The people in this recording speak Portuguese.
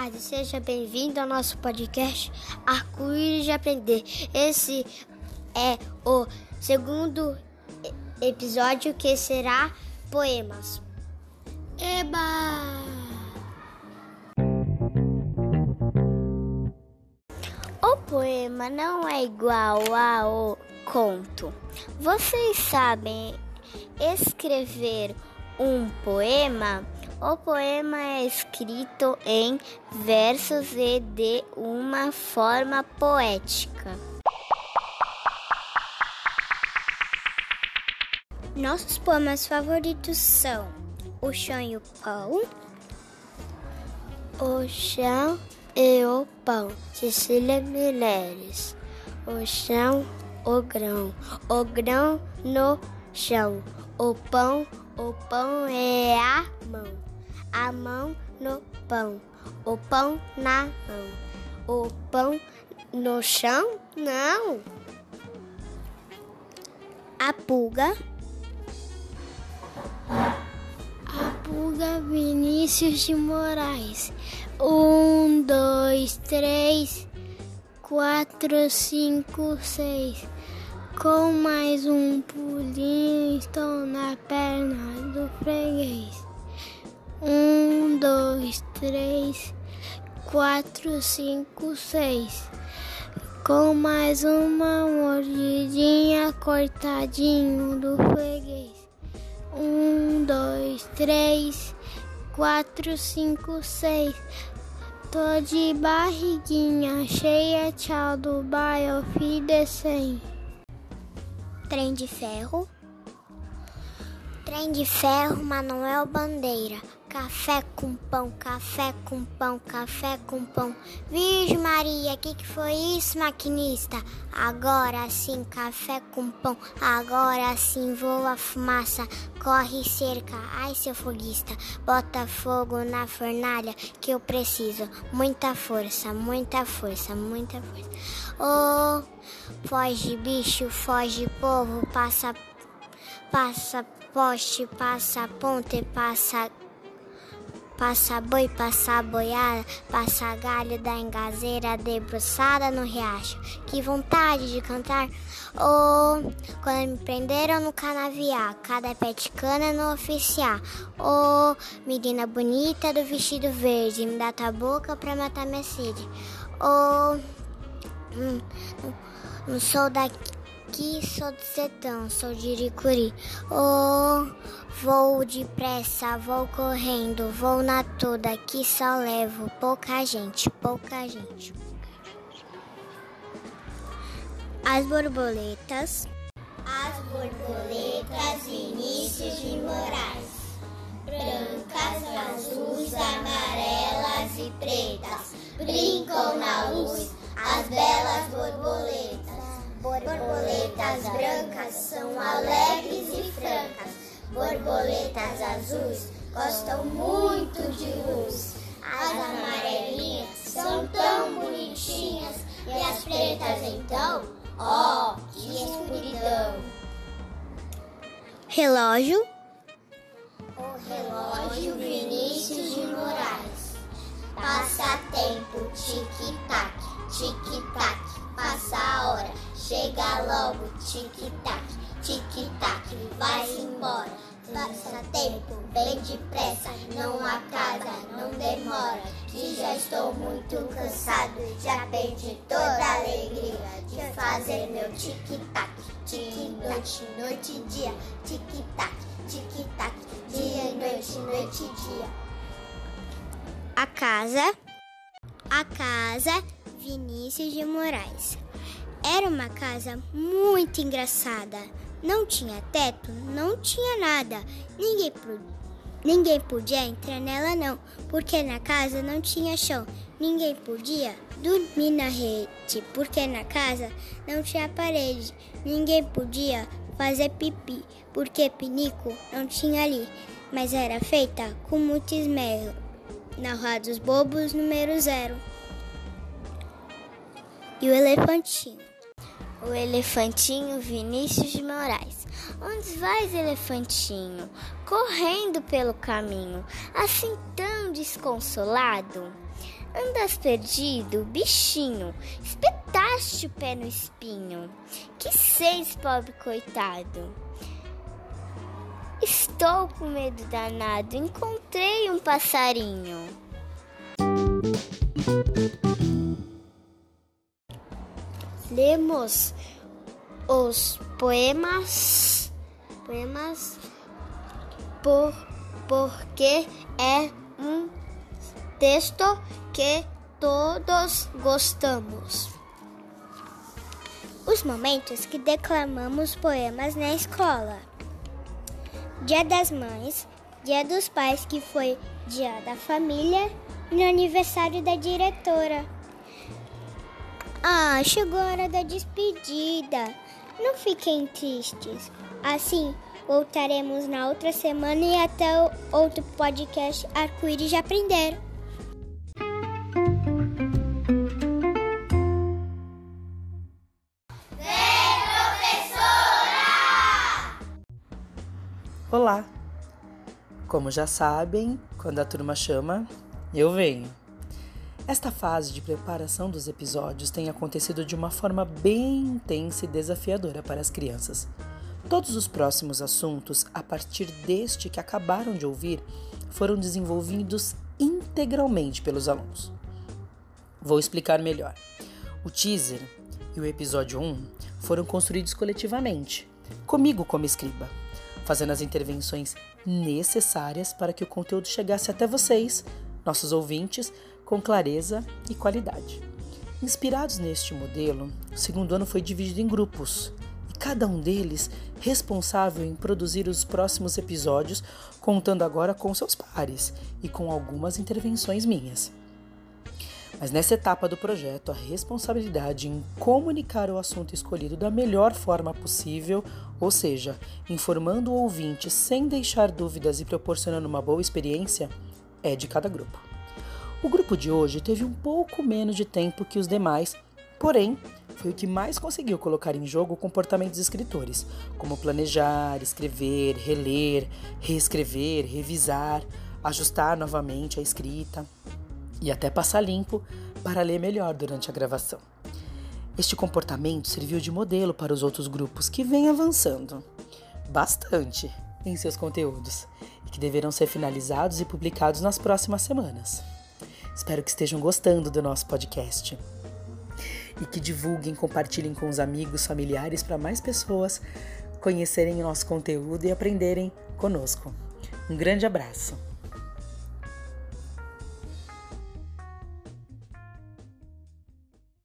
tarde, seja bem-vindo ao nosso podcast Arco-Íris de Aprender. Esse é o segundo episódio, que será poemas. Eba! O poema não é igual ao conto. Vocês sabem escrever um poema? O poema é escrito em versos e de uma forma poética. Nossos poemas favoritos são O Chão e o Pão, O Chão e o Pão, Cecília Meireles. O chão, o grão no chão, o pão é a mão no pão, o pão na mão, o pão no chão, não. A pulga, Vinícius de Moraes. 1, 2, 3, 4, 5, 6. Com mais um pulinho estou na perna do freguês. 1, 2, 3, 4, 5, 6. Com mais uma mordidinha, cortadinho do freguês. 1, 2, 3, 4, 5, 6. Tô de barriguinha cheia, tchau do bairro, descem. Trem de ferro, Manuel Bandeira. Café com pão, café com pão, café com pão. Virgem Maria, que foi isso, maquinista? Agora sim, café com pão. Agora sim, voa a fumaça. Corre cerca, ai seu foguista. Bota fogo na fornalha, que eu preciso. Muita força, muita força, muita força. Oh, foge bicho, foge povo. Passa poste, passa ponte, passa boi, passa boiada, passa galho da engazeira debruçada no riacho. Que vontade de cantar. Oh, quando me prenderam no canavial, cada pé de cana no oficial. Oh, menina bonita do vestido verde, me dá tua boca pra matar minha sede. Oh, não sou daqui, sou do sertão, sou de Iricuri. Oh, vou depressa, vou correndo, vou na toda, que só levo pouca gente, pouca gente. As borboletas, Vinícius de Moraes. Brancas, azuis, amarelas e pretas, brincam na luz as belas borboletas. Borboletas brancas são alegres e francas. Borboletas azuis gostam muito de luz. As amarelinhas são tão bonitinhas. E as pretas então, ó, que escuridão. Relógio, o relógio Vinícius de Moraes. Passa tempo, tic-tac, tic-tac. Passa a hora, chega logo, tic-tac, tic-tac, vai-se embora. Passa tempo, bem depressa, não acaba, não demora. Que já estou muito cansado, já perdi toda a alegria de fazer meu tic-tac, tic-noite, noite e dia, tic-tac, tic-tac, dia e noite, noite e dia. A casa Vinícius de Moraes. Era uma casa muito engraçada. Não tinha teto, não tinha nada. Ninguém podia entrar nela não, porque na casa não tinha chão. Ninguém podia dormir na rede, porque na casa não tinha parede. Ninguém podia fazer pipi, porque pinico não tinha ali. Mas era feita com muito esmero. Na Rua dos Bobos, número 0. E o elefantinho Vinícius de Moraes. Onde vais, elefantinho? Correndo pelo caminho, assim tão desconsolado? Andas perdido, bichinho, espetaste o pé no espinho. Que seis, pobre coitado. Estou com medo danado, encontrei um passarinho. Lemos os poemas porque é um texto que todos gostamos. Os momentos que declamamos poemas na escola. Dia das Mães, Dia dos Pais, que foi Dia da Família, e no aniversário da diretora. Chegou a hora da despedida. Não fiquem tristes. Assim, voltaremos na outra semana e até o outro podcast Arco-Íris de Aprender. Olá! Como já sabem, quando a turma chama, eu venho. Esta fase de preparação dos episódios tem acontecido de uma forma bem intensa e desafiadora para as crianças. Todos os próximos assuntos, a partir deste que acabaram de ouvir, foram desenvolvidos integralmente pelos alunos. Vou explicar melhor. O teaser e o episódio 1 foram construídos coletivamente, comigo como escriba, fazendo as intervenções necessárias para que o conteúdo chegasse até vocês, nossos ouvintes, com clareza e qualidade. Inspirados neste modelo, o segundo ano foi dividido em grupos, e cada um deles responsável em produzir os próximos episódios, contando agora com seus pares e com algumas intervenções minhas. Mas nessa etapa do projeto, a responsabilidade em comunicar o assunto escolhido da melhor forma possível, ou seja, informando o ouvinte sem deixar dúvidas e proporcionando uma boa experiência, é de cada grupo. O grupo de hoje teve um pouco menos de tempo que os demais, porém, foi o que mais conseguiu colocar em jogo comportamentos escritores, como planejar, escrever, reler, reescrever, revisar, ajustar novamente a escrita e até passar limpo para ler melhor durante a gravação. Este comportamento serviu de modelo para os outros grupos que vêm avançando bastante em seus conteúdos e que deverão ser finalizados e publicados nas próximas semanas. Espero que estejam gostando do nosso podcast e que divulguem, compartilhem com os amigos, familiares para mais pessoas conhecerem o nosso conteúdo e aprenderem conosco. Um grande abraço!